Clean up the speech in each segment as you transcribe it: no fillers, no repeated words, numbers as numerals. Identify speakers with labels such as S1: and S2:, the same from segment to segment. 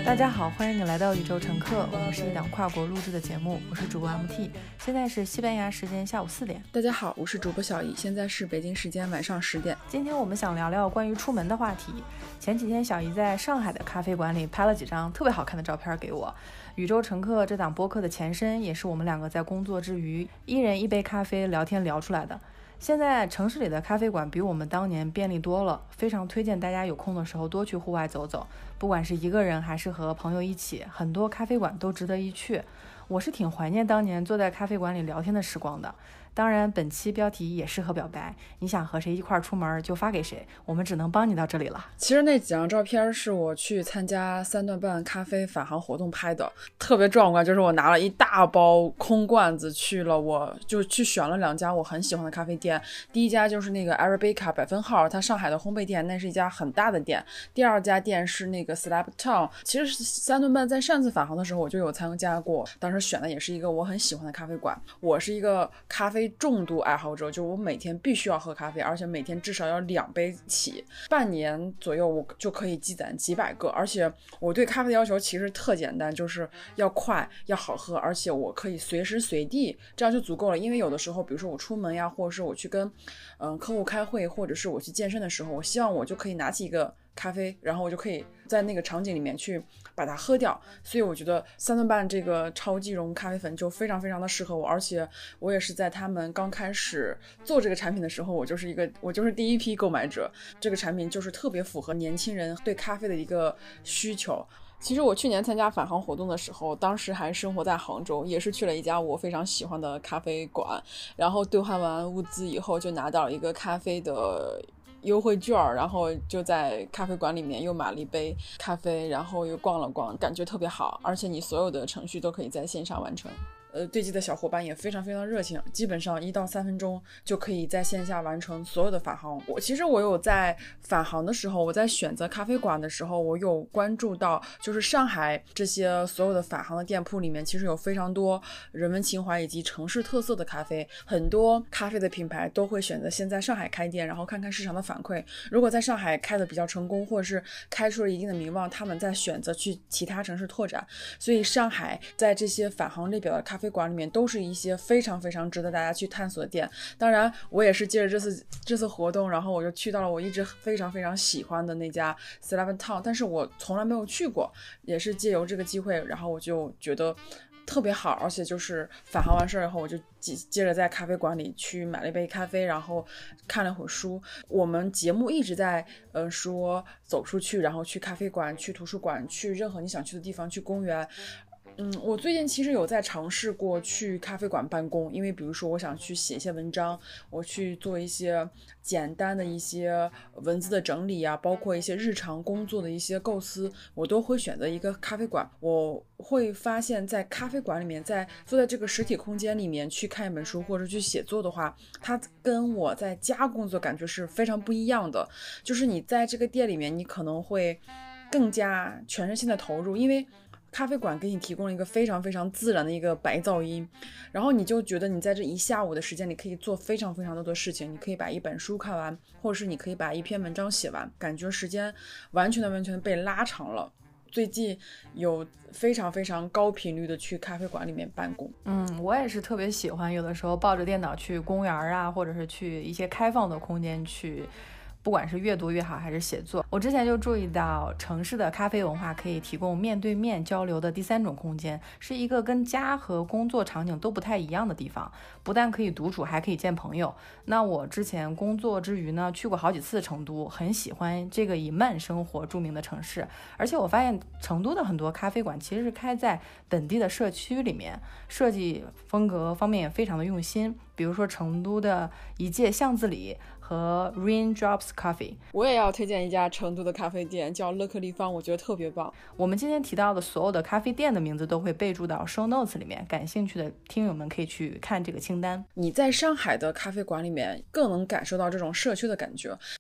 S1: 大家好，欢迎你来到宇宙乘客，我们是一档跨国录制的节目，我是主播 MT， 现在是西班牙时间下午4点。
S2: 大家好，我是主播小易，现在是北京时间晚上10点。
S1: 今天我们想聊聊关于出门的话题。前几天小易在上海的咖啡馆里拍了几张特别好看的照片给我。宇宙乘客这档播客的前身，也是我们两个在工作之余一人一杯咖啡聊天聊出来的。现在城市里的咖啡馆比我们当年便利多了，非常推荐大家有空的时候多去户外走走，不管是一个人还是和朋友一起，很多咖啡馆都值得一去。我是挺怀念当年坐在咖啡馆里聊天的时光的。当然本期标题也适合表白，你想和谁一块出门就发给谁，我们只能帮你到这里了。
S2: 其实那几张照片是我去参加3段半咖啡返航活动拍的，特别壮观，就是我拿了一大包空罐子去了，我就去选了2家我很喜欢的咖啡店。第一家就是那个 Arabica 百分号，它上海的烘焙店，那是一家很大的店。第二家店是那个 Slab Town， 其实3段半在上次返航的时候我就有参加过，当时选的也是一个我很喜欢的咖啡馆。我是一个咖啡重度爱好者，就我每天必须要喝咖啡，而且每天至少要2杯起，半年左右我就可以积攒几百个。而且我对咖啡的要求其实特简单，就是要快要好喝，而且我可以随时随地，这样就足够了。因为有的时候比如说我出门呀，或者是我去跟客户开会，或者是我去健身的时候，我希望我就可以拿起一个咖啡，然后我就可以在那个场景里面去把它喝掉。所以我觉得3段半这个超即溶咖啡粉就非常非常的适合我。而且我也是在他们刚开始做这个产品的时候，我就是第一批购买者。这个产品就是特别符合年轻人对咖啡的一个需求。其实我去年参加返航活动的时候，当时还生活在杭州，也是去了一家我非常喜欢的咖啡馆，然后兑换完物资以后就拿到了一个咖啡的优惠券，然后就在咖啡馆里面又买了一杯咖啡，然后又逛了逛，感觉特别好。而且你所有的程序都可以在线上完成。对接的小伙伴也非常非常热情，基本上1到3分钟就可以在线下完成所有的返航。其实我有在返航的时候，我在选择咖啡馆的时候，我有关注到，就是上海这些所有的返航的店铺里面，其实有非常多人文情怀以及城市特色的咖啡。很多咖啡的品牌都会选择先在上海开店，然后看看市场的反馈。如果在上海开的比较成功，或者是开出了一定的名望，他们再选择去其他城市拓展。所以上海在这些返航列表的咖啡馆里面都是一些非常非常值得大家去探索的店。当然我也是借着这次活动，然后我就去到了我一直非常非常喜欢的那家 Slab Town， 但是我从来没有去过，也是借由这个机会，然后我就觉得特别好。而且就是返航完事以后，我就接着在咖啡馆里去买了一杯咖啡，然后看了会书。我们节目一直在说走出去，然后去咖啡馆，去图书馆，去任何你想去的地方，去公园。我最近其实有在尝试过去咖啡馆办公，因为比如说我想去写一些文章，我去做一些简单的一些文字的整理啊，包括一些日常工作的一些构思，我都会选择一个咖啡馆。我会发现在咖啡馆里面，在坐在这个实体空间里面去看一本书或者去写作的话，它跟我在家工作感觉是非常不一样的。就是你在这个店里面，你可能会更加全身心的投入，因为咖啡馆给你提供了一个非常非常自然的一个白噪音，然后你就觉得你在这一下午的时间里可以做非常非常多的事情。你可以把一本书看完，或者是你可以把一篇文章写完，感觉时间完全的被拉长了。最近有非常非常高频率的去咖啡馆里面办公。
S1: 我也是特别喜欢有的时候抱着电脑去公园啊，或者是去一些开放的空间去，不管是阅读也好还是写作。我之前就注意到城市的咖啡文化可以提供面对面交流的第3种空间，是一个跟家和工作场景都不太一样的地方，不但可以独处还可以见朋友。那我之前工作之余呢，去过好几次成都，很喜欢这个以慢生活著名的城市。而且我发现成都的很多咖啡馆其实是开在本地的社区里面，设计风格方面也非常的用心。比如说成都的一介巷子里和 Raindrops Coffee。
S2: 我也要推荐一家成都的咖啡店，叫乐克立方，我觉得特别棒。
S1: 我们今天提到的所有的咖啡店的名字都会备注到 show notes 里面，感兴趣的听友们可以去看这个清单。
S2: 你在上海的咖啡馆里面更能感受到这种社区的感觉。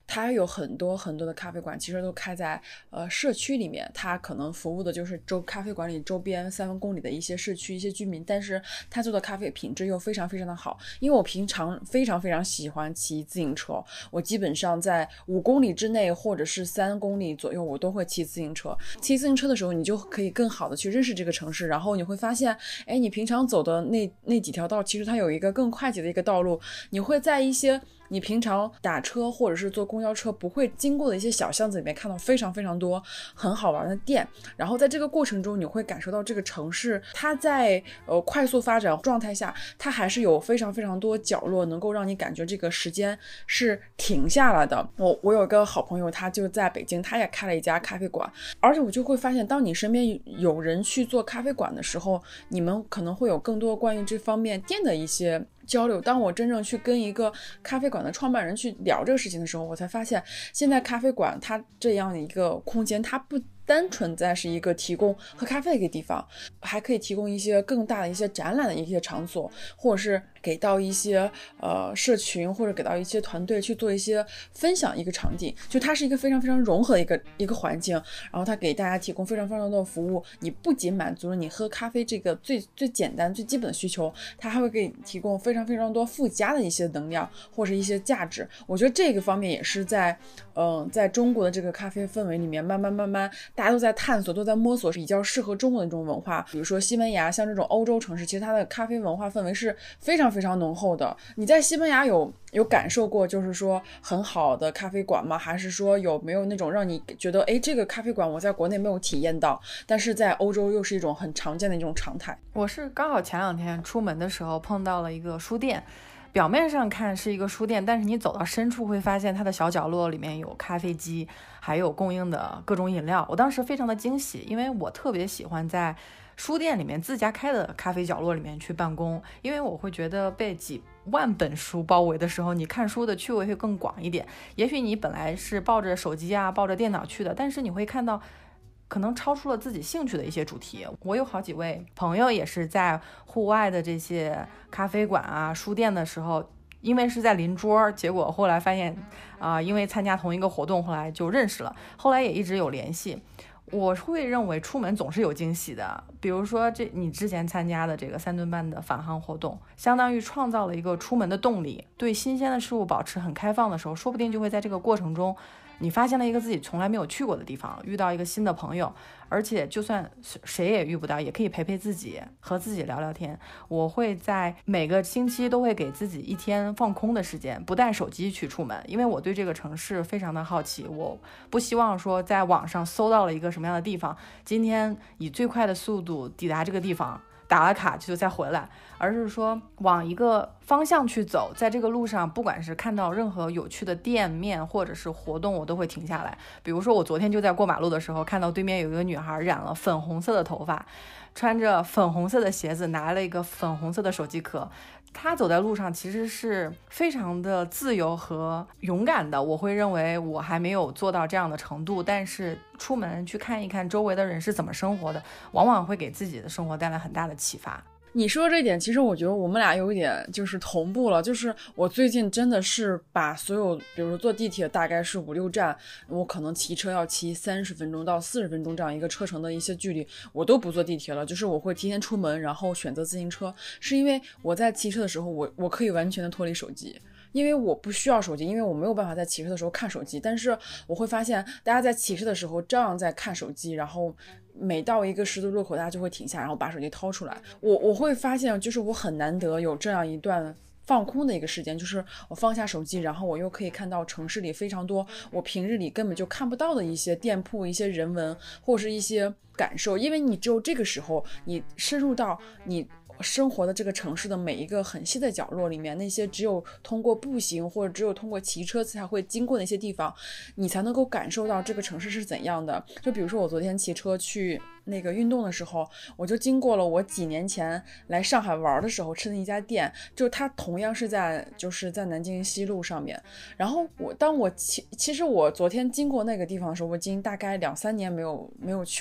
S2: 它有很多很多的咖啡馆，其实都开在社区里面，它可能服务的就是咖啡馆里周边3公里的一些社区一些居民，但是它做的咖啡品质又非常非常的好。因为我平常非常非常喜欢骑自行车，我基本上在5公里之内或者是3公里左右我都会骑自行车。骑自行车的时候你就可以更好的去认识这个城市，然后你会发现你平常走的那几条道其实它有一个更快捷的一个道路，你会在一些你平常打车或者是坐公交车不会经过的一些小巷子里面看到非常非常多很好玩的店，然后在这个过程中你会感受到这个城市它在快速发展状态下，它还是有非常非常多角落能够让你感觉这个时间是停下来的。我有一个好朋友，他就在北京，他也开了一家咖啡馆，而且我就会发现当你身边有人去做咖啡馆的时候，你们可能会有更多关于这方面店的一些交流。当我真正去跟一个咖啡馆的创办人去聊这个事情的时候，我才发现现在咖啡馆它这样的一个空间，它不单纯在是一个提供喝咖啡的一个地方，还可以提供一些更大的一些展览的一些场所，或者是给到一些社群或者给到一些团队去做一些分享一个场景，就它是一个非常非常融合的一个环境，然后它给大家提供非常非常多的服务，你不仅满足了你喝咖啡这个最简单最基本的需求，它还会给你提供非常非常多附加的一些能量或者一些价值。我觉得这个方面也是在中国的这个咖啡氛围里面慢慢大家都在探索都在摸索比较适合中国的这种文化。比如说西班牙像这种欧洲城市，其实它的咖啡文化氛围是非常非常浓厚的。你在西班牙有感受过就是说很好的咖啡馆吗？还是说有没有那种让你觉得这个咖啡馆我在国内没有体验到，但是在欧洲又是一种很常见的一种常态？
S1: 我是刚好前2天出门的时候碰到了一个书店，表面上看是一个书店，但是你走到深处会发现它的小角落里面有咖啡机，还有供应的各种饮料。我当时非常的惊喜，因为我特别喜欢在书店里面自家开的咖啡角落里面去办公，因为我会觉得被几万本书包围的时候，你看书的趣味会更广一点。也许你本来是抱着手机啊抱着电脑去的，但是你会看到可能超出了自己兴趣的一些主题。我有好几位朋友也是在户外的这些咖啡馆啊书店的时候，因为是在邻桌，结果后来发现因为参加同一个活动后来就认识了，后来也一直有联系。我会认为出门总是有惊喜的，比如说你之前参加的这个3顿半的返航活动，相当于创造了一个出门的动力。对新鲜的事物保持很开放的时候，说不定就会在这个过程中你发现了一个自己从来没有去过的地方，遇到一个新的朋友，而且就算谁也遇不到，也可以陪陪自己，和自己聊聊天。我会在每个星期都会给自己1天放空的时间，不带手机去出门，因为我对这个城市非常的好奇，我不希望说在网上搜到了一个什么样的地方，今天以最快的速度抵达这个地方，打了卡就再回来，而是说往一个方向去走，在这个路上不管是看到任何有趣的店面或者是活动，我都会停下来。比如说我昨天就在过马路的时候看到对面有一个女孩染了粉红色的头发，穿着粉红色的鞋子，拿了一个粉红色的手机壳，她走在路上其实是非常的自由和勇敢的。我会认为我还没有做到这样的程度，但是出门去看一看周围的人是怎么生活的，往往会给自己的生活带来很大的启发。
S2: 你说这一点，其实我觉得我们俩有一点就是同步了，就是我最近真的是把所有，比如说坐地铁大概是5、6站，我可能骑车要骑30分钟到40分钟这样一个车程的一些距离，我都不坐地铁了，就是我会提前出门，然后选择自行车，是因为我在骑车的时候，我可以完全的脱离手机。因为我不需要手机，因为我没有办法在骑车的时候看手机，但是我会发现大家在骑车的时候照样在看手机，然后每到一个十字路口大家就会停下，然后把手机掏出来。我会发现就是我很难得有这样一段放空的一个时间，就是我放下手机，然后我又可以看到城市里非常多我平日里根本就看不到的一些店铺、一些人文或者是一些感受。因为你只有这个时候你深入到你生活的这个城市的每一个很细的角落里面，那些只有通过步行或者只有通过骑车才会经过的一些地方，你才能够感受到这个城市是怎样的。就比如说我昨天骑车去那个运动的时候，我就经过了我几年前来上海玩的时候吃的一家店，就它同样是在南京西路上面。然后其实我昨天经过那个地方的时候，我已经大概2、3年没有去过那家店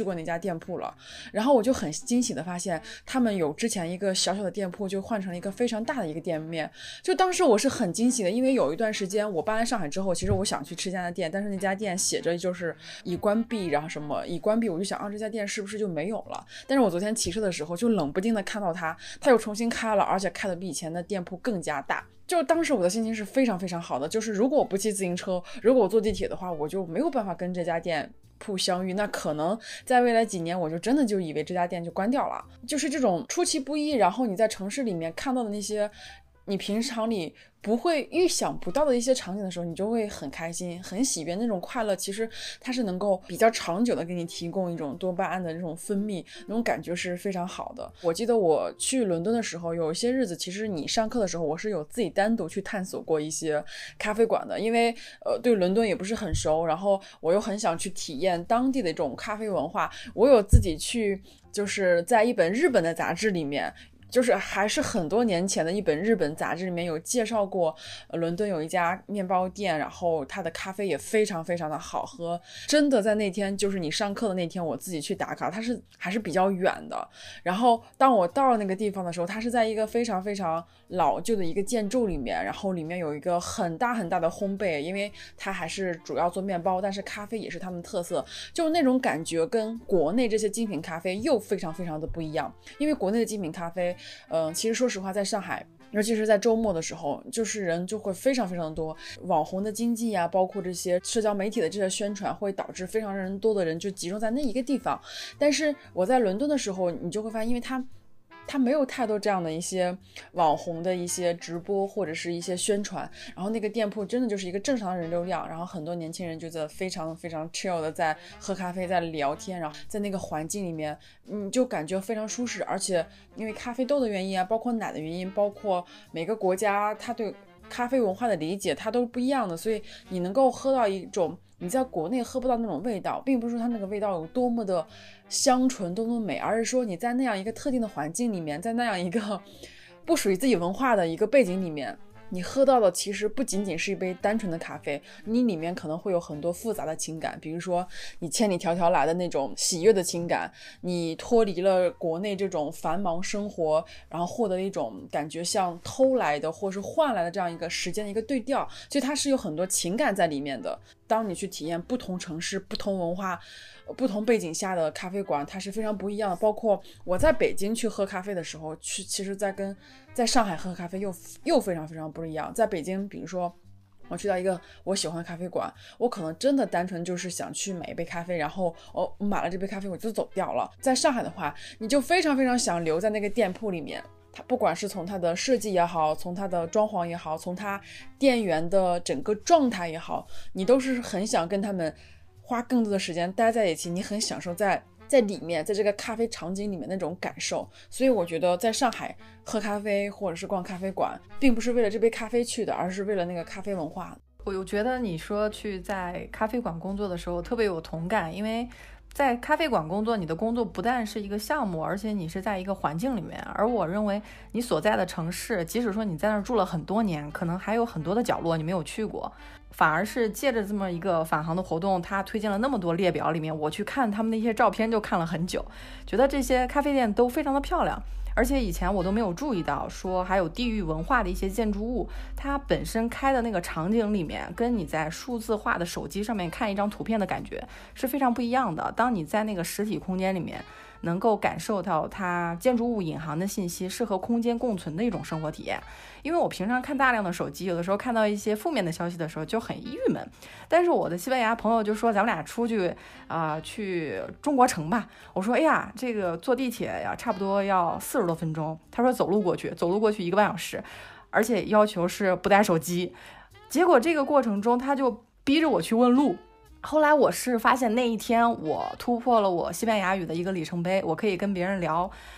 S2: 店铺了。然后我就很惊喜的发现，他们有之前一个小小的店铺就换成了一个非常大的一个店面。就当时我是很惊喜的，因为有一段时间我搬来上海之后，其实我想去吃这家店，但是那家店写着就是已关闭，然后什么已关闭，我就想这家店是不是就没有了？但是我昨天骑车的时候就冷不丁的看到它又重新开了，而且开的比以前的店铺更加大。就当时我的心情是非常非常好的，就是如果我不骑自行车，如果我坐地铁的话，我就没有办法跟这家店铺相遇，那可能在未来几年我就真的就以为这家店就关掉了。就是这种出其不意，然后你在城市里面看到的那些你平常里不会预想不到的一些场景的时候，你就会很开心很喜悦，那种快乐其实它是能够比较长久的给你提供一种多巴胺的这种分泌，那种感觉是非常好的。我记得我去伦敦的时候，有一些日子其实你上课的时候我是有自己单独去探索过一些咖啡馆的，因为对伦敦也不是很熟，然后我又很想去体验当地的这种咖啡文化，我有自己去就是在一本日本的杂志里面，就是还是很多年前的一本日本杂志里面有介绍过，伦敦有一家面包店，然后它的咖啡也非常非常的好喝。真的在那天，就是你上课的那天，我自己去打卡，它是还是比较远的。然后当我到了那个地方的时候，它是在一个非常非常老旧的一个建筑里面，然后里面有一个很大很大的烘焙，因为它还是主要做面包，但是咖啡也是他们的特色，就那种感觉跟国内这些精品咖啡又非常非常的不一样。因为国内的精品咖啡其实说实话在上海尤其是在周末的时候，就是人就会非常非常多，网红的经济啊，包括这些社交媒体的这些宣传，会导致非常人多的人就集中在那一个地方。但是我在伦敦的时候，你就会发现，因为它没有太多这样的一些网红的一些直播或者是一些宣传，然后那个店铺真的就是一个正常的人流量，然后很多年轻人就在非常非常 chill 的在喝咖啡，在聊天，然后在那个环境里面就感觉非常舒适。而且因为咖啡豆的原因啊，包括奶的原因，包括每个国家它对咖啡文化的理解它都不一样的，所以你能够喝到一种你在国内喝不到那种味道，并不是说它那个味道有多么的香醇多么美，而是说你在那样一个特定的环境里面，在那样一个不属于自己文化的一个背景里面，你喝到的其实不仅仅是一杯单纯的咖啡，你里面可能会有很多复杂的情感，比如说你千里迢迢来的那种喜悦的情感，你脱离了国内这种繁忙生活，然后获得一种感觉像偷来的或是换来的这样一个时间的一个对调，所以它是有很多情感在里面的。当你去体验不同城市不同文化不同背景下的咖啡馆，它是非常不一样的。包括我在北京去喝咖啡的时候，其实在上海喝咖啡又非常非常不一样。在北京比如说我去到一个我喜欢的咖啡馆，我可能真的单纯就是想去买一杯咖啡，然后我买了这杯咖啡我就走掉了。在上海的话，你就非常非常想留在那个店铺里面，它不管是从它的设计也好，从它的装潢也好，从它店员的整个状态也好，你都是很想跟他们花更多的时间待在一起，你很享受在里面，在这个咖啡场景里面那种感受。所以我觉得在上海喝咖啡或者是逛咖啡馆，并不是为了这杯咖啡去的，而是为了那个咖啡文化。
S1: 我觉得你说去在咖啡馆工作的时候特别有同感，因为在咖啡馆工作，你的工作不但是一个项目，而且你是在一个环境里面。而我认为你所在的城市，即使说你在那儿住了很多年，可能还有很多的角落你没有去过，反而是借着这么一个返航的活动，他推荐了那么多列表里面，我去看他们那些照片就看了很久，觉得这些咖啡店都非常的漂亮。而且以前我都没有注意到，说还有地域文化的一些建筑物，它本身开的那个场景里面，跟你在数字化的手机上面看一张图片的感觉是非常不一样的。当你在那个实体空间里面能够感受到它建筑物隐含的信息，是和空间共存的一种生活体验。因为我平常看大量的手机，有的时候看到一些负面的消息的时候就很郁闷，但是我的西班牙朋友就说咱们俩出去去中国城吧。我说哎呀，这个坐地铁呀差不多要40多分钟，他说走路过去1个半小时，而且要求是不带手机。结果这个过程中他就逼着我去问路。后来我是发现那一天我突破了我西班牙语的一个里程碑，我可以跟别人聊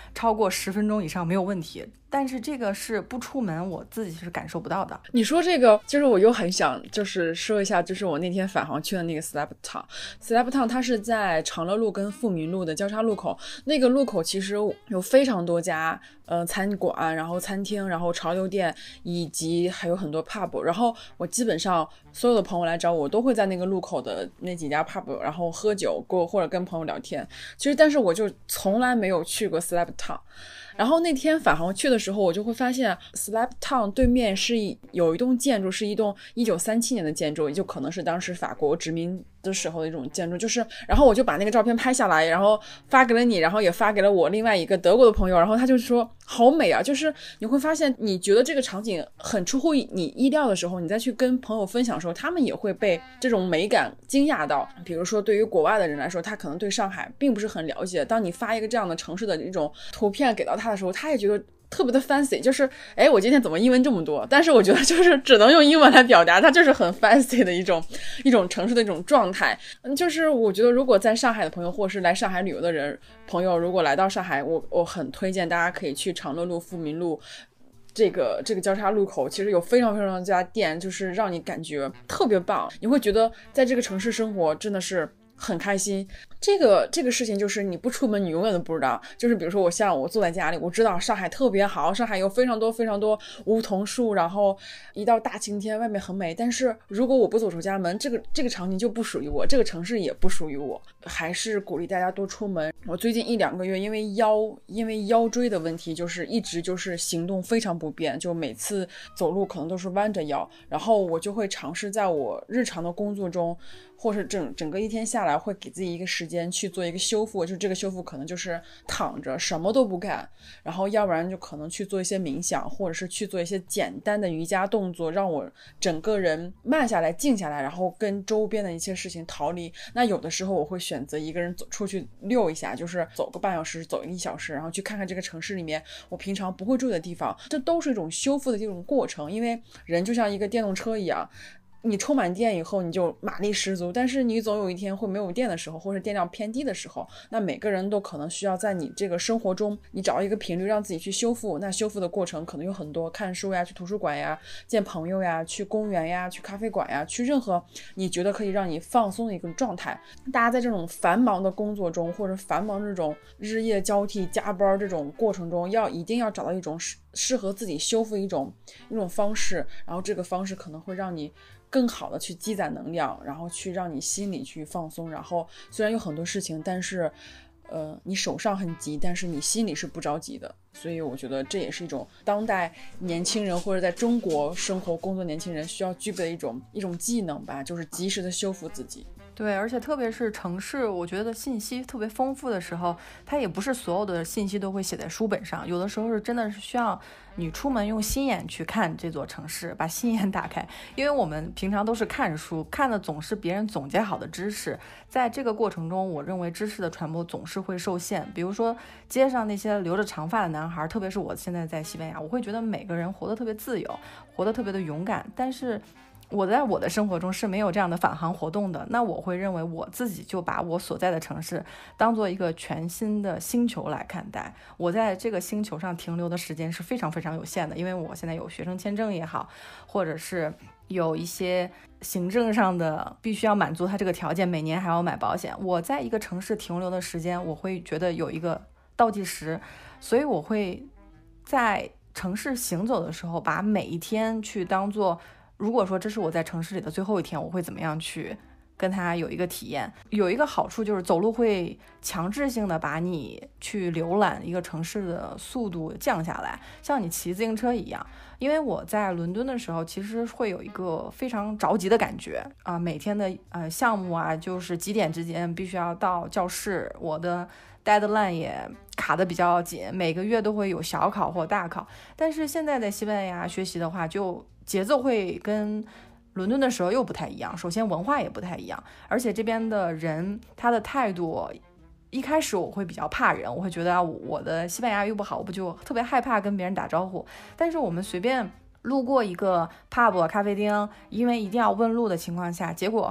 S1: 超过10分钟以上没有问题。但是这个是不出门我自己是感受不到的。
S2: 你说这个就是我又很想就是说一下，就是我那天返航去的那个 Slabtown 它是在长乐路跟富民路的交叉路口，那个路口其实有非常多家餐馆，然后餐厅，然后潮流店，以及还有很多 pub， 然后我基本上所有的朋友来找我都会在那个路口的那几家 pub 然后喝酒或者跟朋友聊天。其实但是我就从来没有去过 Slabtown。然后那天返航去的时候，我就会发现 Slabtown 对面是有一栋建筑，是一栋1937年的建筑，也就可能是当时法国殖民的时候的一种建筑。就是然后我就把那个照片拍下来，然后发给了你，然后也发给了我另外一个德国的朋友，然后他就说好美啊。就是你会发现你觉得这个场景很出乎你意料的时候，你再去跟朋友分享的时候，他们也会被这种美感惊讶到。比如说对于国外的人来说，他可能对上海并不是很了解，当你发一个这样的城市的一种图片给到他的时候，他也觉得特别的 fancy， 就是我今天怎么英文这么多，但是我觉得就是只能用英文来表达，它就是很 fancy 的一种城市的一种状态。就是我觉得如果在上海的朋友，或者是来上海旅游的朋友，如果来到上海，我很推荐大家可以去长乐路、富民路这个交叉路口，其实有非常非常多家店，就是让你感觉特别棒，你会觉得在这个城市生活真的是很开心。这个事情就是你不出门你永远都不知道。就是比如说我坐在家里，我知道上海特别好，上海有非常多非常多梧桐树，然后一到大晴天外面很美，但是如果我不走出家门，这个场景就不属于我，这个城市也不属于我。还是鼓励大家多出门。我最近1-2个月因为腰椎的问题，就是一直就是行动非常不便，就每次走路可能都是弯着腰，然后我就会尝试在我日常的工作中，或是整个一天下来，会给自己一个时间去做一个修复。就这个修复可能就是躺着什么都不干，然后要不然就可能去做一些冥想，或者是去做一些简单的瑜伽动作，让我整个人慢下来静下来，然后跟周边的一些事情逃离。那有的时候我会选择一个人走出去溜一下，就是走个半小时，走1小时，然后去看看这个城市里面我平常不会住的地方。这都是一种修复的这种过程。因为人就像一个电动车一样，你充满电以后你就马力十足，但是你总有一天会没有电的时候，或者电量偏低的时候，那每个人都可能需要在你这个生活中你找一个频率让自己去修复。那修复的过程可能有很多，看书呀，去图书馆呀，见朋友呀，去公园呀，去咖啡馆呀，去任何你觉得可以让你放松的一个状态。大家在这种繁忙的工作中，或者繁忙这种日夜交替加班这种过程中，一定要找到一种适合自己修复一种方式，然后这个方式可能会让你更好的去积攒能量，然后去让你心里去放松。然后虽然有很多事情，但是你手上很急，但是你心里是不着急的。所以我觉得这也是一种当代年轻人或者在中国生活工作年轻人需要具备的一种技能吧，就是及时的修复自己。
S1: 对，而且特别是城市，我觉得信息特别丰富的时候，它也不是所有的信息都会写在书本上，有的时候是真的是需要你出门用心眼去看这座城市，把心眼打开。因为我们平常都是看书，看的总是别人总结好的知识，在这个过程中，我认为知识的传播总是会受限。比如说街上那些留着长发的男孩，特别是我现在在西班牙，我会觉得每个人活得特别自由，活得特别的勇敢，但是我在我的生活中是没有这样的返航活动的。那我会认为我自己就把我所在的城市当做一个全新的星球来看待，我在这个星球上停留的时间是非常非常有限的。因为我现在有学生签证也好，或者是有一些行政上的必须要满足他这个条件，每年还要买保险，我在一个城市停留的时间，我会觉得有一个倒计时。所以我会在城市行走的时候，把每一天去当做，如果说这是我在城市里的最后一天，我会怎么样去跟他有一个体验。有一个好处就是走路会强制性的把你去浏览一个城市的速度降下来，像你骑自行车一样。因为我在伦敦的时候其实会有一个非常着急的感觉啊，每天的项目啊，就是几点之间必须要到教室，我的 deadline 也卡得比较紧，每个月都会有小考或大考。但是现在在西班牙学习的话，就节奏会跟伦敦的时候又不太一样。首先文化也不太一样，而且这边的人他的态度，一开始我会比较怕人，我会觉得我的西班牙语不好，我就特别害怕跟别人打招呼。但是我们随便路过一个 pub 咖啡厅，因为一定要问路的情况下，结果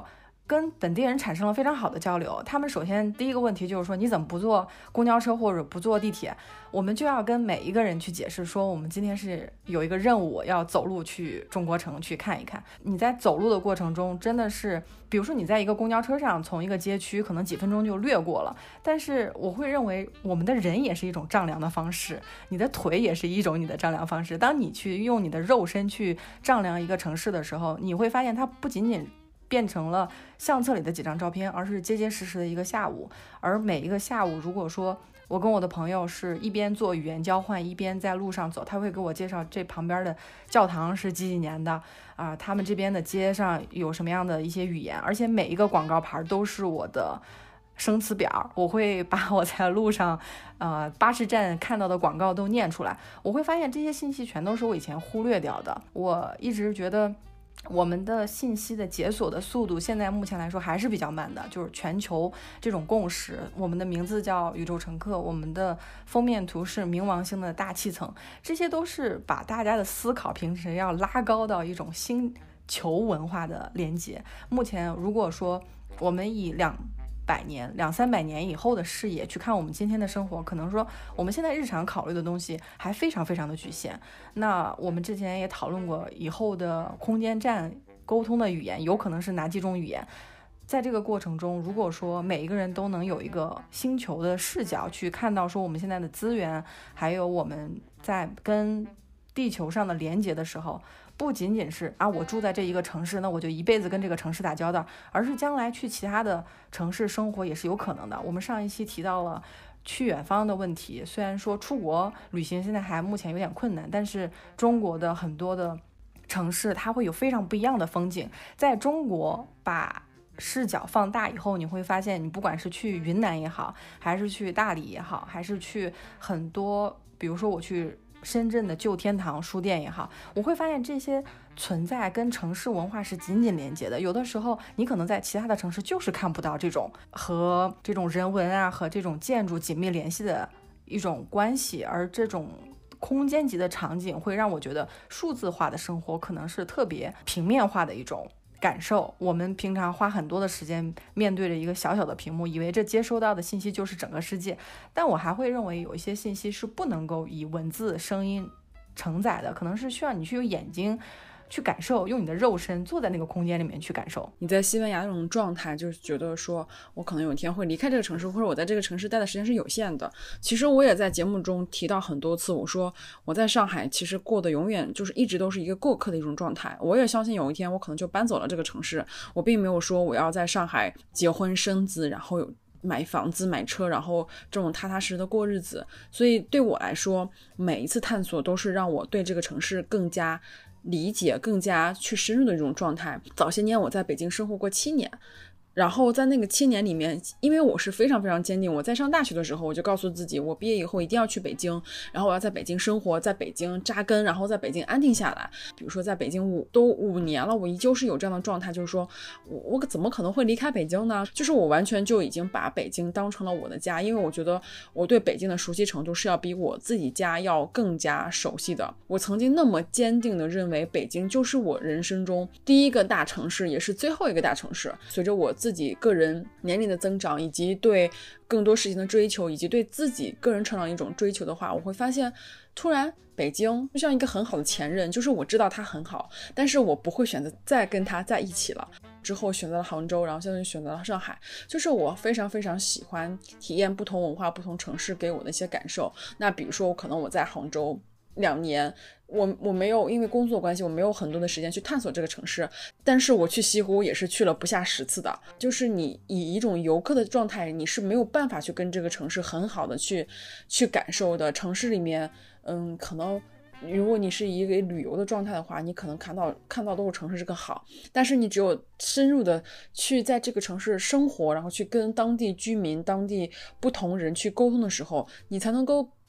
S1: 跟本地人产生了非常好的交流。他们首先第一个问题就是说，你怎么不坐公交车或者不坐地铁？我们就要跟每一个人去解释说，我们今天是有一个任务，要走路去中国城去看一看。你在走路的过程中，真的是，比如说你在一个公交车上，从一个街区可能几分钟就掠过了，但是我会认为我们的人也是一种丈量的方式，你的腿也是一种你的丈量方式。当你去用你的肉身去丈量一个城市的时候，你会发现它不仅仅变成了相册里的几张照片，而是结结实实的一个下午。而每一个下午，如果说我跟我的朋友是一边做语言交换，一边在路上走，他会给我介绍这旁边的教堂是几几年的啊，他们这边的街上有什么样的一些语言，而且每一个广告牌都是我的生词表，我会把我在路上巴士站看到的广告都念出来。我会发现这些信息全都是我以前忽略掉的。我一直觉得我们的信息的解锁的速度现在目前来说还是比较慢的，就是全球这种共识，我们的名字叫宇宙乘客，我们的封面图是冥王星的大气层，这些都是把大家的思考平时要拉高到一种星球文化的连接。目前如果说我们以200年、200-300年以后的视野去看我们今天的生活，可能说我们现在日常考虑的东西还非常非常的局限。那我们之前也讨论过，以后的空间站沟通的语言有可能是哪几种语言。在这个过程中，如果说每一个人都能有一个星球的视角去看到说我们现在的资源，还有我们在跟地球上的连接的时候，不仅仅是我住在这一个城市，那我就一辈子跟这个城市打交道，而是将来去其他的城市生活也是有可能的。我们上一期提到了去远方的问题，虽然说出国旅行现在还目前有点困难，但是中国的很多的城市它会有非常不一样的风景。在中国把视角放大以后，你会发现你不管是去云南也好，还是去大理也好，还是去很多，比如说我去深圳的旧天堂书店也好，我会发现这些存在跟城市文化是紧紧连接的。有的时候你可能在其他的城市就是看不到这种和这种人文和这种建筑紧密联系的一种关系，而这种空间级的场景会让我觉得数字化的生活可能是特别平面化的一种感受。我们平常花很多的时间面对着一个小小的屏幕，以为这接收到的信息就是整个世界，但我还会认为有一些信息是不能够以文字声音承载的，可能是需要你去用眼睛去感受，用你的肉身坐在那个空间里面去感受。
S2: 你在西班牙那种状态，就是觉得说我可能有一天会离开这个城市，或者我在这个城市待的时间是有限的。其实我也在节目中提到很多次，我说我在上海其实过得永远就是一直都是一个过客的一种状态。我也相信有一天我可能就搬走了这个城市，我并没有说我要在上海结婚生子，然后买房子买车，然后这种踏踏实实的过日子。所以对我来说，每一次探索都是让我对这个城市更加理解，更加去深入的这种状态。早些年我在北京生活过7年，然后在那个7年里面，因为我是非常非常坚定，我在上大学的时候我就告诉自己，我毕业以后一定要去北京，然后我要在北京生活，在北京扎根，然后在北京安定下来。比如说在北京5年了，我依旧是有这样的状态，就是说我怎么可能会离开北京呢？就是我完全就已经把北京当成了我的家，因为我觉得我对北京的熟悉程度是要比我自己家要更加熟悉的。我曾经那么坚定的认为北京就是我人生中第一个大城市，也是最后一个大城市。随着我自己个人年龄的增长，以及对更多事情的追求，以及对自己个人成长一种追求的话，我会发现突然北京就像一个很好的前任，就是我知道它很好，但是我不会选择再跟它在一起了。之后选择了杭州，然后现在选择了上海，就是我非常非常喜欢体验不同文化不同城市给我的一些感受。那比如说可能我在杭州2年，我没有因为工作关系我没有很多的时间去探索这个城市，但是我去西湖也是去了不下10次的。就是你以一种游客的状态，你是没有办法去跟这个城市很好的去感受的。城市里面可能如果你是一个旅游的状态的话，你可能看到都是城市这个好，但是你只有深入的去在这个城市生活，然后去跟当地居民当地不同人去沟通的时候，你才能够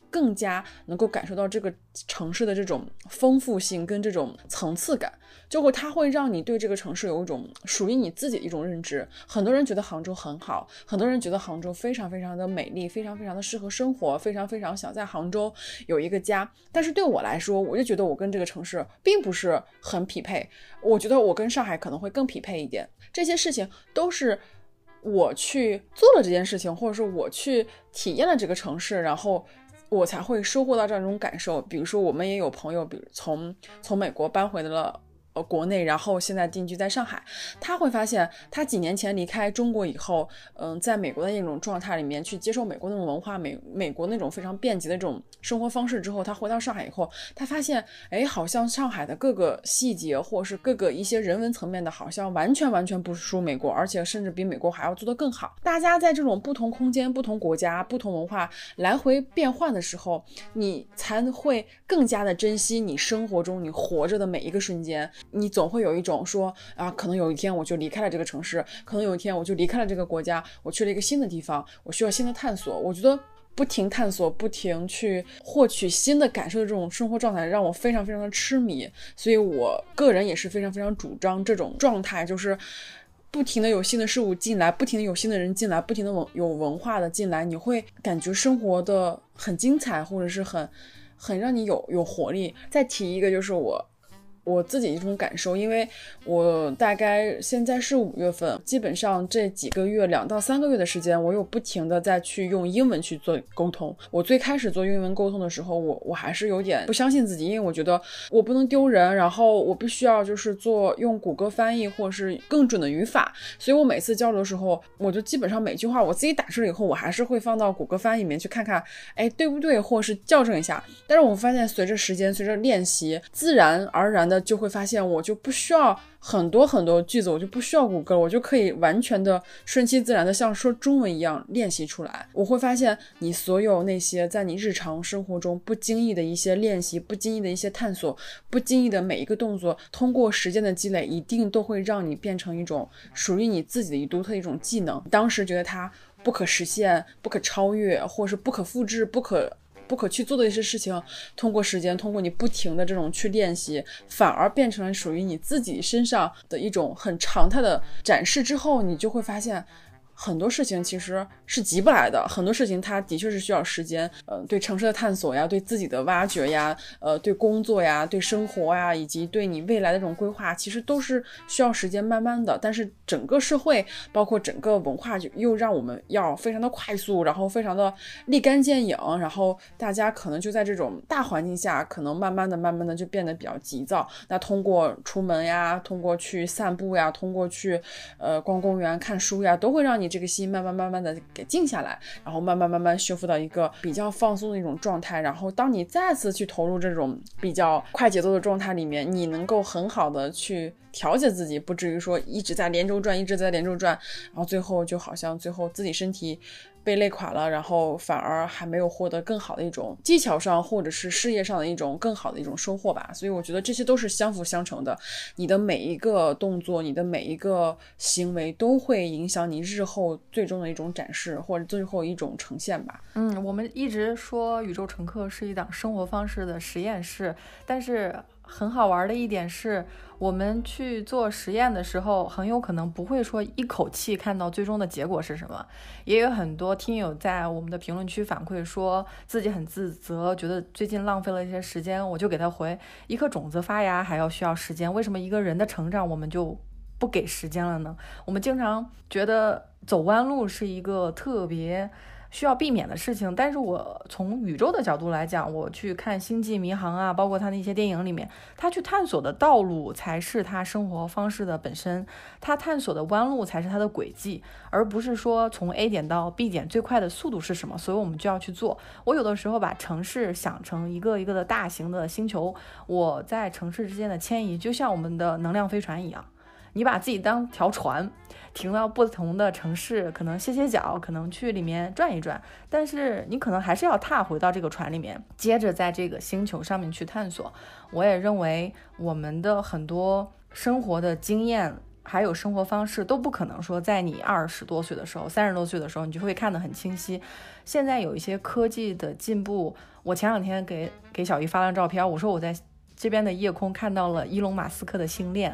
S2: 更加能够感受到这个城市的这种丰富性跟这种层次感，它会让你对这个城市有一种属于你自己的一种认知。很多人觉得杭州很好，很多人觉得杭州非常非常的美丽，非常非常的适合生活，非常非常想在杭州有一个家。但是对我来说，我就觉得我跟这个城市并不是很匹配，我觉得我跟上海可能会更匹配一点。这些事情都是我去做了这件事情，或者说我去体验了这个城市，然后我才会收获到这样一种感受。比如说我们也有朋友，比如从美国搬回了国内，然后现在定居在上海，他会发现他几年前离开中国以后，在美国的那种状态里面去接受美国那种文化，美国那种非常便捷的这种生活方式之后，他回到上海以后，他发现好像上海的各个细节或是各个一些人文层面的，好像完全不输美国，而且甚至比美国还要做得更好。大家在这种不同空间、不同国家、不同文化来回变换的时候，你才会更加的珍惜你生活中你活着的每一个瞬间。你总会有一种说可能有一天我就离开了这个城市，可能有一天我就离开了这个国家，我去了一个新的地方，我需要新的探索。我觉得不停探索，不停去获取新的感受的这种生活状态让我非常非常的痴迷，所以我个人也是非常非常主张这种状态，就是不停的有新的事物进来，不停的有新的人进来，不停的有文化的进来，你会感觉生活的很精彩，或者是很让你有活力。再提一个就是我自己一种感受，因为我大概现在是5月份，基本上这几个月2到3个月的时间，我有不停的在去用英文去做沟通。我最开始做英文沟通的时候，我还是有点不相信自己，因为我觉得我不能丢人，然后我必须要就是用谷歌翻译或是更准的语法，所以我每次交流的时候，我就基本上每句话我自己打出来以后，我还是会放到谷歌翻译里面去看看对不对，或是校正一下。但是我发现随着时间，随着练习，自然而然的就会发现我就不需要很多句子，我就不需要谷歌，我就可以完全的顺其自然的像说中文一样练习出来。我会发现你所有那些在你日常生活中不经意的一些练习，不经意的一些探索，不经意的每一个动作，通过时间的积累，一定都会让你变成一种属于你自己的一独特的一种技能。当时觉得它不可实现、不可超越，或是不可复制、不可去做的一些事情，通过时间，通过你不停的这种去练习，反而变成了属于你自己身上的一种很常态的展示之后，你就会发现很多事情其实是急不来的，很多事情它的确是需要时间，对城市的探索呀，对自己的挖掘呀，对工作呀，对生活呀，以及对你未来的这种规划，其实都是需要时间慢慢的。但是整个社会包括整个文化又让我们要非常的快速，然后非常的立竿见影，然后大家可能就在这种大环境下，可能慢慢的就变得比较急躁。那通过出门呀，通过去散步呀，通过去逛公园看书呀，都会让你这个心慢慢的给静下来，然后慢慢修复到一个比较放松的一种状态。然后当你再次去投入这种比较快节奏的状态里面，你能够很好的去调节自己，不至于说一直在连轴转，然后最后就好像最后自己身体被累垮了，然后反而还没有获得更好的一种技巧上或者是事业上的一种更好的一种收获吧。所以我觉得这些都是相辅相成的，你的每一个动作，你的每一个行为都会影响你日后最终的一种展示或者最后一种呈现吧。
S1: 我们一直说宇宙乘客是一档生活方式的实验室，但是很好玩的一点是，我们去做实验的时候，很有可能不会说一口气看到最终的结果是什么。也有很多听友在我们的评论区反馈说自己很自责，觉得最近浪费了一些时间。我就给他回，一颗种子发芽还要需要时间，为什么一个人的成长我们就不给时间了呢？我们经常觉得走弯路是一个特别需要避免的事情，但是我从宇宙的角度来讲，我去看星际迷航啊，包括他那些电影里面，他去探索的道路才是他生活方式的本身，他探索的弯路才是他的轨迹，而不是说从 A 点到 B 点最快的速度是什么，所以我们就要去做。我有的时候把城市想成一个一个的大型的星球，我在城市之间的迁移就像我们的能量飞船一样，你把自己当条船，停到不同的城市，可能歇脚，可能去里面转一转，但是你可能还是要踏回到这个船里面，接着在这个星球上面去探索。我也认为我们的很多生活的经验还有生活方式都不可能说在你20多岁的时候30多岁的时候你就会看得很清晰。现在有一些科技的进步，我前2天给小姨发了照片，我说我在这边的夜空看到了伊隆马斯克的星链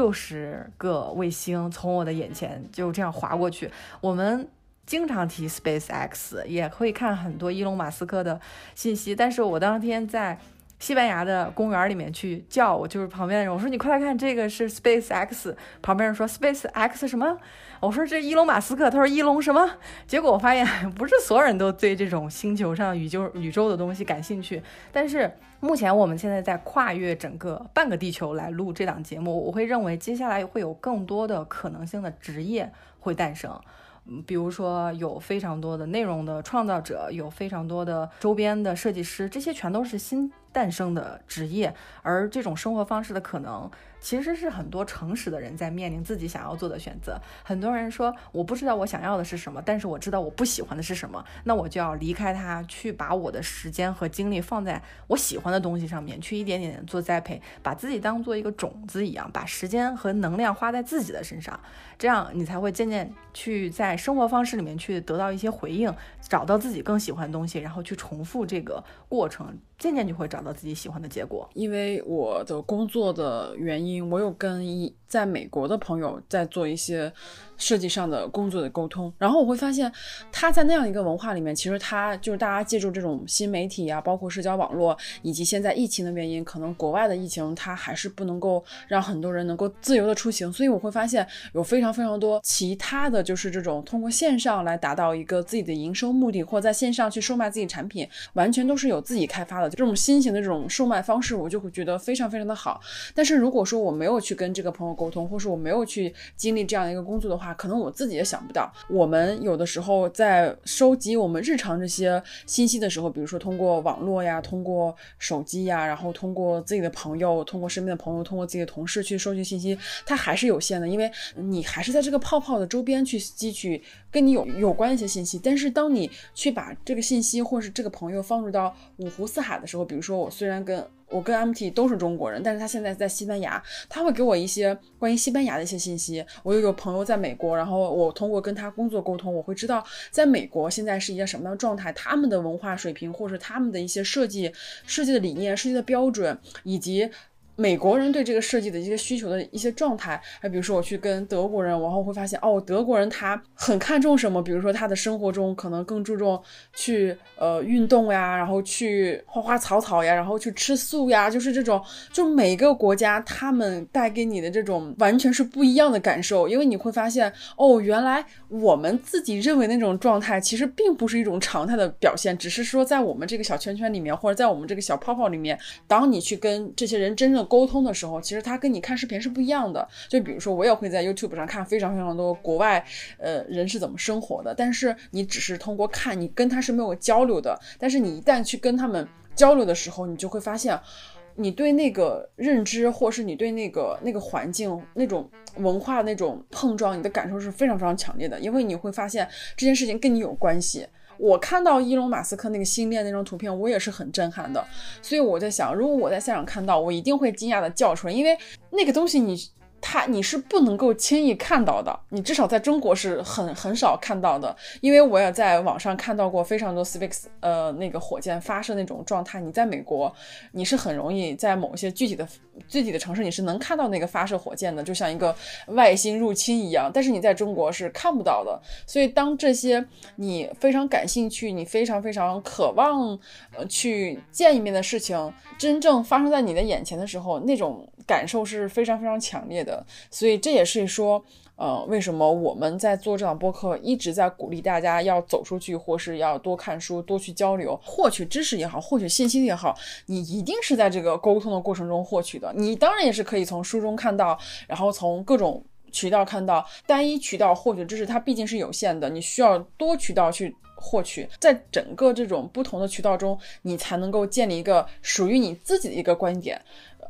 S1: ，60个卫星从我的眼前就这样划过去。我们经常提 SpaceX， 也会看很多伊隆马斯克的信息，但是我当天在西班牙的公园里面去叫我就是旁边的人，我说你快来看，这个是 SpaceX。 旁边人说 SpaceX 什么？我说这伊隆马斯克，他说伊隆什么？结果我发现不是所有人都对这种星球上宇宙的东西感兴趣。但是目前我们现在在跨越整个半个地球来录这档节目，我会认为接下来会有更多的可能性的职业会诞生。比如说有非常多的内容的创造者，有非常多的周边的设计师，这些全都是新诞生的职业。而这种生活方式的可能其实是很多诚实的人在面临自己想要做的选择。很多人说我不知道我想要的是什么，但是我知道我不喜欢的是什么，那我就要离开它，去把我的时间和精力放在我喜欢的东西上面，去一点点做栽培，把自己当做一个种子一样，把时间和能量花在自己的身上，这样你才会渐渐去在生活方式里面去得到一些回应，找到自己更喜欢的东西，然后去重复这个过程，渐渐就会找到自己喜欢的结果。
S2: 因为我的工作的原因，我有跟在美国的朋友在做一些设计上的工作的沟通，然后我会发现他在那样一个文化里面，其实他就是大家借助这种新媒体啊，包括社交网络，以及现在疫情的原因，可能国外的疫情它还是不能够让很多人能够自由的出行，所以我会发现有非常非常多其他的就是这种通过线上来达到一个自己的营收目的，或在线上去售卖自己产品，完全都是有自己开发的这种新型的这种售卖方式，我就会觉得非常非常的好。但是如果说我没有去跟这个朋友沟通，或是我没有去经历这样一个工作的话，可能我自己也想不到。我们有的时候在收集我们日常这些信息的时候，比如说通过网络呀，通过手机呀，然后通过自己的朋友，通过身边的朋友，通过自己的同事去收集信息，它还是有限的，因为你还是在这个泡泡的周边去汲取跟你有关一些信息。但是当你去把这个信息或是这个朋友放入到五湖四海的时候，比如说我跟 MT 都是中国人，但是他现在在西班牙，他会给我一些关于西班牙的一些信息。我又有朋友在美国，然后我通过跟他工作沟通，我会知道在美国现在是一个什么样的状态，他们的文化水平，或者他们的一些设计的理念、设计的标准，以及美国人对这个设计的一些需求的一些状态。还比如说我去跟德国人，然后会发现德国人他很看重什么，比如说他的生活中可能更注重去运动呀，然后去花花草草呀，然后去吃素呀，就是这种，就每个国家他们带给你的这种完全是不一样的感受。因为你会发现原来我们自己认为那种状态其实并不是一种常态的表现，只是说在我们这个小圈圈里面，或者在我们这个小泡泡里面，当你去跟这些人真正沟通的时候，其实他跟你看视频是不一样的。就比如说我也会在 YouTube 上看非常非常多国外人是怎么生活的，但是你只是通过看，你跟他是没有交流的。但是你一旦去跟他们交流的时候，你就会发现你对那个认知，或是你对那个环境那种文化那种碰撞，你的感受是非常非常强烈的。因为你会发现这件事情跟你有关系。我看到伊隆马斯克那个星链那张图片，我也是很震撼的。所以我在想，如果我在现场看到，我一定会惊讶的叫出来，因为那个东西你是不能够轻易看到的，你至少在中国是很少看到的。因为我也在网上看到过非常多 SpaceX 那个火箭发射那种状态，你在美国你是很容易在某些具体的城市你是能看到那个发射火箭的，就像一个外星入侵一样，但是你在中国是看不到的。所以当这些你非常感兴趣，你非常非常渴望去见一面的事情真正发生在你的眼前的时候，那种感受是非常非常强烈的。所以这也是说为什么我们在做这档播客一直在鼓励大家要走出去，或是要多看书，多去交流，获取知识也好，获取信息也好，你一定是在这个沟通的过程中获取的。你当然也是可以从书中看到，然后从各种渠道看到，单一渠道获取知识它毕竟是有限的，你需要多渠道去获取，在整个这种不同的渠道中，你才能够建立一个属于你自己的一个观点。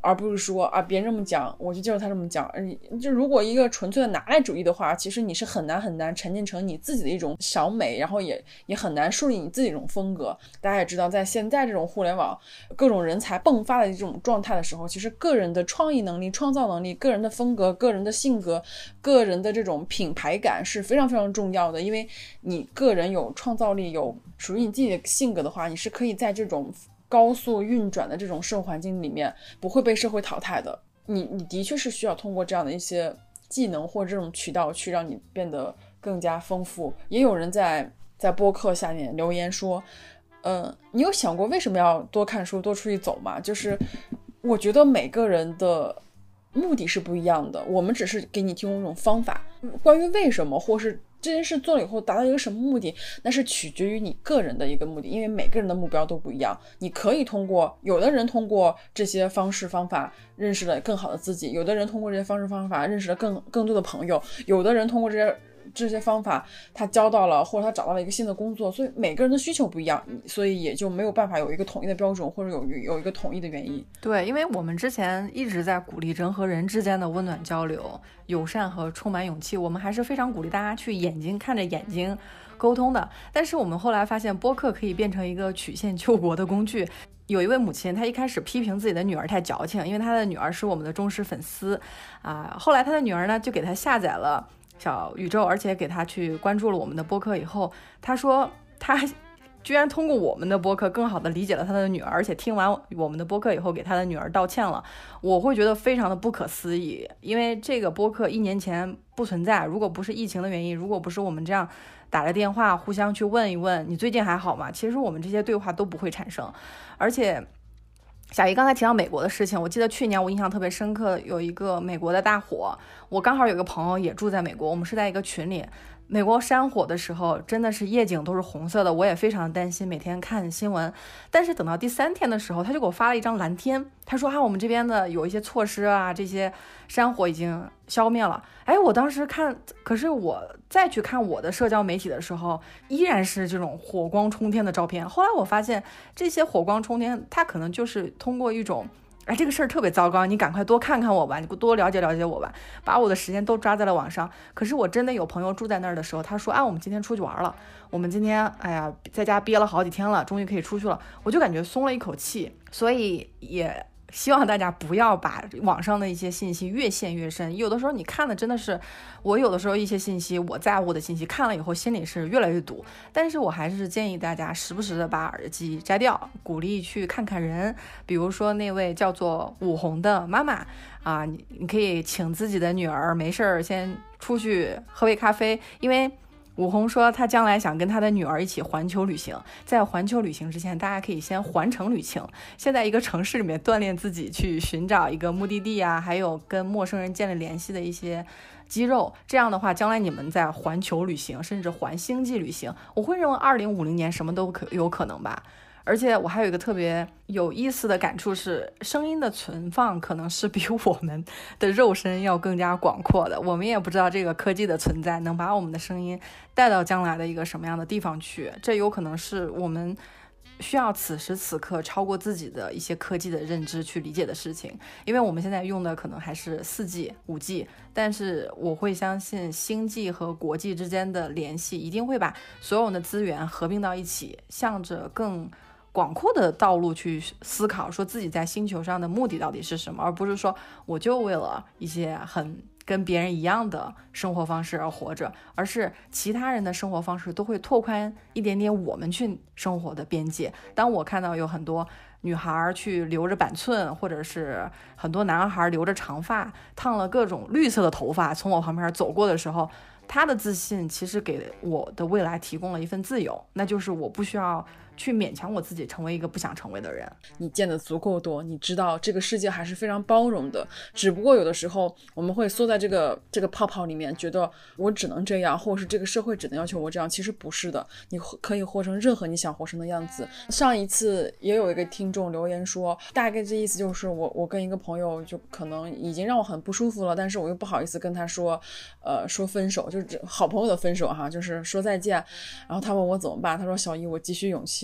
S2: 而不是说啊别人这么讲我就接受他这么讲。就如果一个纯粹的拿来主义的话，其实你是很难沉淀成你自己的一种审美，然后也很难树立你自己的一种风格。大家也知道，在现在这种互联网各种人才迸发的这种状态的时候，其实个人的创意能力、创造能力、个人的风格、个人的性格、个人的这种品牌感是非常非常重要的。因为你个人有创造力，有属于你自己的性格的话，你是可以在这种高速运转的这种社会环境里面不会被社会淘汰的。你的确是需要通过这样的一些技能或者这种渠道去让你变得更加丰富。也有人在播客下面留言说你有想过为什么要多看书多出去走吗？就是我觉得每个人的目的是不一样的，我们只是给你提供一种方法，关于为什么或是这件事做了以后达到一个什么目的，那是取决于你个人的一个目的，因为每个人的目标都不一样。你可以通过有的人通过这些方式方法认识了更好的自己，有的人通过这些方式方法认识了更多的朋友，有的人通过这些方法他交到了或者他找到了一个新的工作。所以每个人的需求不一样，所以也就没有办法有一个统一的标准或者有一个统一的原因。
S1: 对，因为我们之前一直在鼓励人和人之间的温暖交流、友善和充满勇气，我们还是非常鼓励大家去眼睛看着眼睛沟通的。但是我们后来发现播客可以变成一个曲线救国的工具。有一位母亲，她一开始批评自己的女儿太矫情，因为她的女儿是我们的忠实粉丝后来她的女儿呢就给她下载了小宇宙，而且给她去关注了我们的播客以后，她说她居然通过我们的播客更好的理解了她的女儿，而且听完我们的播客以后给她的女儿道歉了。我会觉得非常的不可思议，因为这个播客1年前不存在，如果不是疫情的原因，如果不是我们这样打着电话互相去问一问你最近还好吗，其实我们这些对话都不会产生。而且小姨刚才提到美国的事情，我记得去年我印象特别深刻，有一个美国的大火，我刚好有个朋友也住在美国，我们是在一个群里。美国山火的时候真的是夜景都是红色的，我也非常担心，每天看新闻。但是等到第3天的时候，他就给我发了一张蓝天，他说我们这边的有一些措施这些山火已经消灭了。我当时看，可是我再去看我的社交媒体的时候，依然是这种火光冲天的照片。后来我发现这些火光冲天，它可能就是通过一种这个事儿特别糟糕，你赶快多看看我吧，你多了解了解我吧，把我的时间都抓在了网上。可是我真的有朋友住在那儿的时候，他说我们今天出去玩了，我们今天在家憋了好几天了，终于可以出去了，我就感觉松了一口气。所以也希望大家不要把网上的一些信息越陷越深，有的时候你看的真的是，我有的时候一些信息我在乎的信息看了以后心里是越来越堵，但是我还是建议大家时不时的把耳机摘掉，鼓励去看看人。比如说那位叫做武红的妈妈你可以请自己的女儿没事先出去喝杯咖啡，因为武红说他将来想跟他的女儿一起环球旅行，在环球旅行之前大家可以先环城旅行，先在一个城市里面锻炼自己去寻找一个目的地还有跟陌生人建立联系的一些肌肉，这样的话将来你们在环球旅行甚至环星际旅行，我会认为2050年什么都有可能吧。而且我还有一个特别有意思的感触是，声音的存放可能是比我们的肉身要更加广阔的，我们也不知道这个科技的存在能把我们的声音带到将来的一个什么样的地方去，这有可能是我们需要此时此刻超过自己的一些科技的认知去理解的事情。因为我们现在用的可能还是4G、5G， 但是我会相信星际和国际之间的联系一定会把所有的资源合并到一起，向着更广阔的道路去思考，说自己在星球上的目的到底是什么，而不是说我就为了一些很跟别人一样的生活方式而活着，而是其他人的生活方式都会拓宽一点点我们去生活的边界。当我看到有很多女孩去留着板寸，或者是很多男孩留着长发，烫了各种绿色的头发从我旁边走过的时候，他的自信其实给我的未来提供了一份自由，那就是我不需要去勉强我自己成为一个不想成为的人。
S2: 你见得足够多，你知道这个世界还是非常包容的，只不过有的时候我们会缩在这个泡泡里面，觉得我只能这样，或者是这个社会只能要求我这样，其实不是的，你可以活成任何你想活成的样子。上一次也有一个听众留言说，大概这意思就是我跟一个朋友就可能已经让我很不舒服了，但是我又不好意思跟他说分手，就是好朋友的分手就是说再见。然后他问我怎么办，他说小姨，我急需勇气，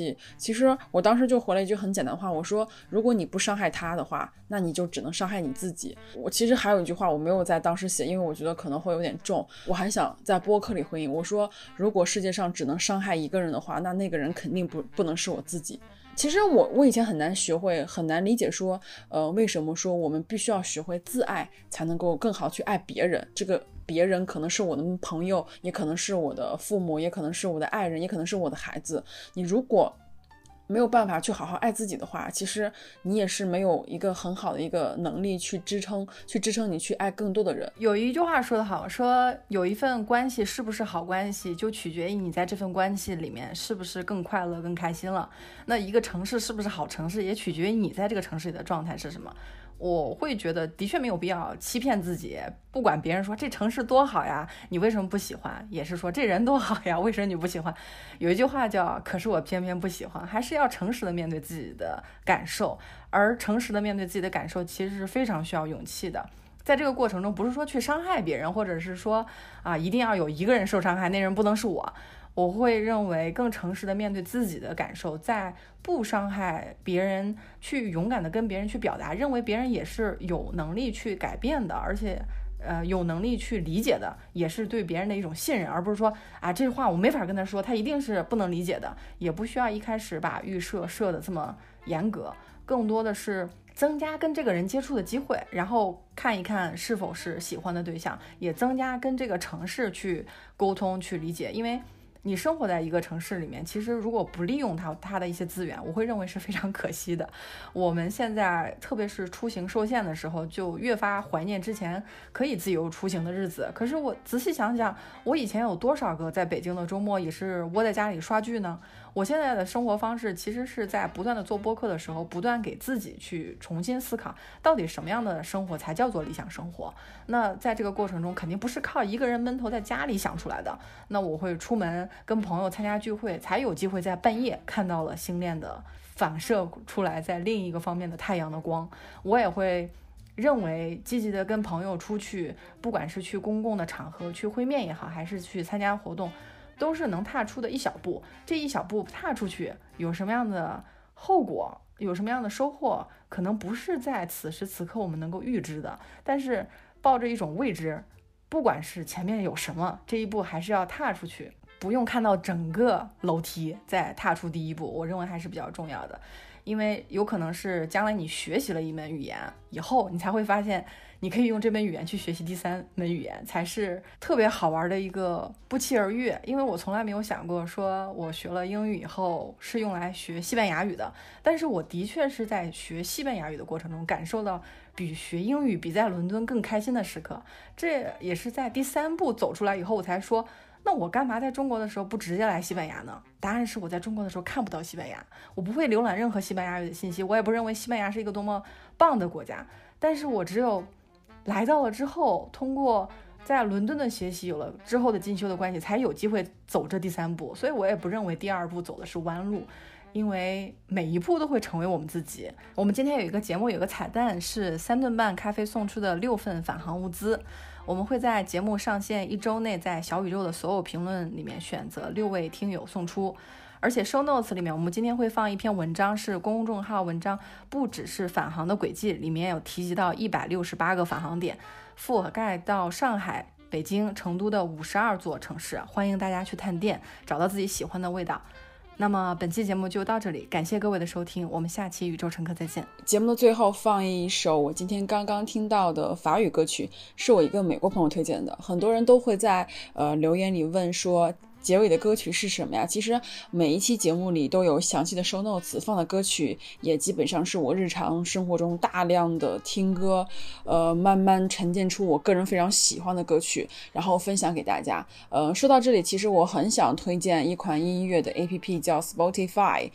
S2: 系，其实我当时就回了一句很简单的话，我说如果你不伤害他的话，那你就只能伤害你自己。我其实还有一句话我没有在当时写，因为我觉得可能会有点重，我还想在播客里回应，我说如果世界上只能伤害一个人的话，那个人肯定不能是我自己。其实我以前很难理解说为什么说我们必须要学会自爱才能够更好去爱别人，这个别人可能是我的朋友，也可能是我的父母，也可能是我的爱人，也可能是我的孩子。你如果没有办法去好好爱自己的话，其实你也是没有一个很好的一个能力去支撑你去爱更多的人。
S1: 有一句话说得好，说有一份关系是不是好关系，就取决于你在这份关系里面是不是更快乐更开心了。那一个城市是不是好城市，也取决于你在这个城市里的状态是什么。我会觉得的确没有必要欺骗自己，不管别人说这城市多好呀，你为什么不喜欢，也是说这人多好呀，为什么你不喜欢。有一句话叫可是我偏偏不喜欢，还是要诚实的面对自己的感受，而诚实的面对自己的感受其实是非常需要勇气的。在这个过程中，不是说去伤害别人，或者是说一定要有一个人受伤害，那人不能是我会认为更诚实的面对自己的感受，在不伤害别人，去勇敢的跟别人去表达，认为别人也是有能力去改变的，而且有能力去理解的，也是对别人的一种信任，而不是说这句话我没法跟他说，他一定是不能理解的，也不需要一开始把预设设的这么严格，更多的是增加跟这个人接触的机会，然后看一看是否是喜欢的对象，也增加跟这个城市去沟通去理解。因为你生活在一个城市里面，其实如果不利用它的一些资源，我会认为是非常可惜的。我们现在特别是出行受限的时候，就越发怀念之前可以自由出行的日子。可是我仔细想想，我以前有多少个在北京的周末也是窝在家里刷剧呢？我现在的生活方式其实是在不断的做播客的时候，不断给自己去重新思考，到底什么样的生活才叫做理想生活。那在这个过程中，肯定不是靠一个人闷头在家里想出来的。那我会出门跟朋友参加聚会，才有机会在半夜看到了星链的反射出来在另一个方面的太阳的光。我也会认为积极的跟朋友出去，不管是去公共的场合去会面也好，还是去参加活动，都是能踏出的一小步。这一小步踏出去有什么样的后果，有什么样的收获，可能不是在此时此刻我们能够预知的，但是抱着一种未知，不管是前面有什么，这一步还是要踏出去，不用看到整个楼梯再踏出第一步，我认为还是比较重要的。因为有可能是将来你学习了一门语言以后，你才会发现你可以用这门语言去学习第三门语言，才是特别好玩的一个不期而遇。因为我从来没有想过说我学了英语以后是用来学西班牙语的，但是我的确是在学西班牙语的过程中感受到比学英语比在伦敦更开心的时刻。这也是在第三步走出来以后我才说，那我干嘛在中国的时候不直接来西班牙呢？答案是我在中国的时候看不到西班牙，我不会浏览任何西班牙语的信息，我也不认为西班牙是一个多么棒的国家。但是我只有来到了之后，通过在伦敦的学习，有了之后的进修的关系，才有机会走这第三步。所以我也不认为第二步走的是弯路，因为每一步都会成为我们自己。我们今天有一个节目，有个彩蛋，是3顿半咖啡送出的6份返航物资。我们会在节目上线1周内，在小宇宙的所有评论里面选择6位听友送出。而且 show notes 里面我们今天会放一篇文章，是公众号文章，不只是返航的轨迹，里面有提及到168个返航点，覆盖到上海、北京、成都的52座城市，欢迎大家去探店，找到自己喜欢的味道。那么本期节目就到这里，感谢各位的收听，我们下期宇宙乘客再见。
S2: 节目的最后放一首我今天刚刚听到的法语歌曲，是我一个美国朋友推荐的。很多人都会在留言里问说结尾的歌曲是什么呀？其实每一期节目里都有详细的 show notes， 放的歌曲也基本上是我日常生活中大量的听歌，慢慢沉淀出我个人非常喜欢的歌曲，然后分享给大家。说到这里，其实我很想推荐一款音乐的 APP， 叫 Spotify，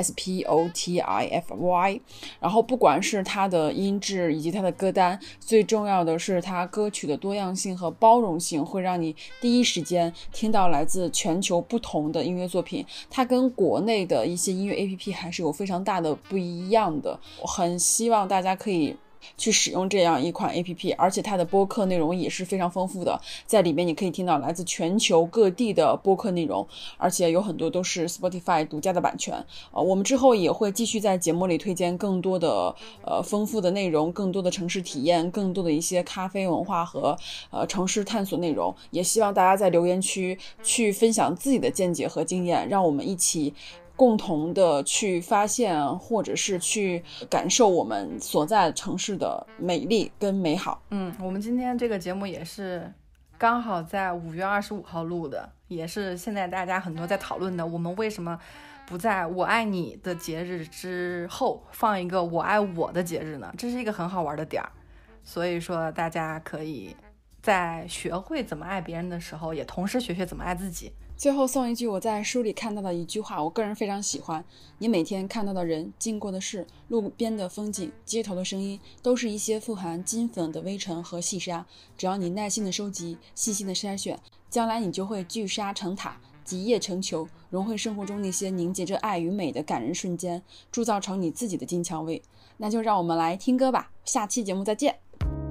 S2: Spotify。然后不管是它的音质以及它的歌单，最重要的是它歌曲的多样性和包容性，会让你第一时间听到来自全球不同的音乐作品。它跟国内的一些音乐 APP 还是有非常大的不一样的。我很希望大家可以去使用这样一款 APP， 而且它的播客内容也是非常丰富的，在里面你可以听到来自全球各地的播客内容，而且有很多都是 Spotify 独家的版权。我们之后也会继续在节目里推荐更多的丰富的内容，更多的城市体验，更多的一些咖啡文化和城市探索内容，也希望大家在留言区去分享自己的见解和经验，让我们一起共同的去发现或者是去感受我们所在城市的美丽跟美好。
S1: 我们今天这个节目也是刚好在5月25号录的，也是现在大家很多在讨论的，我们为什么不在我爱你的节日之后放一个我爱我的节日呢？这是一个很好玩的点儿，所以说大家可以在学会怎么爱别人的时候，也同时学学怎么爱自己。
S2: 最后送一句我在书里看到的一句话，我个人非常喜欢：你每天看到的人、经过的事、路边的风景、街头的声音，都是一些富含金粉的微尘和细沙。只要你耐心的收集、细心的筛选，将来你就会聚沙成塔，集腋成裘，融汇生活中那些凝结着爱与美的感人瞬间，铸造成你自己的金蔷薇。那就让我们来听歌吧，下期节目再见。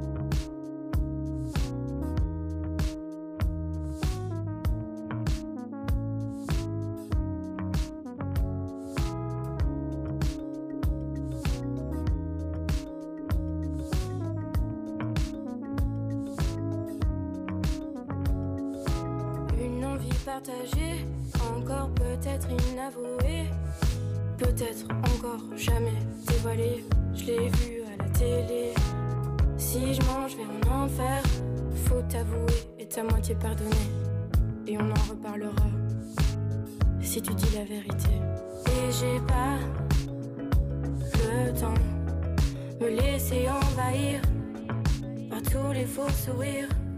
S3: Partagée, encore peut-être inavouée, peut-être encore jamais dévoilée. Je l'ai vu à la télé. Si je mens, je vais en enfer. Faut t'avouer et ta moitié pardonner. Et on en reparlera si tu dis la vérité. Et j'ai pas le temps me laisser envahir par tous les faux sourires.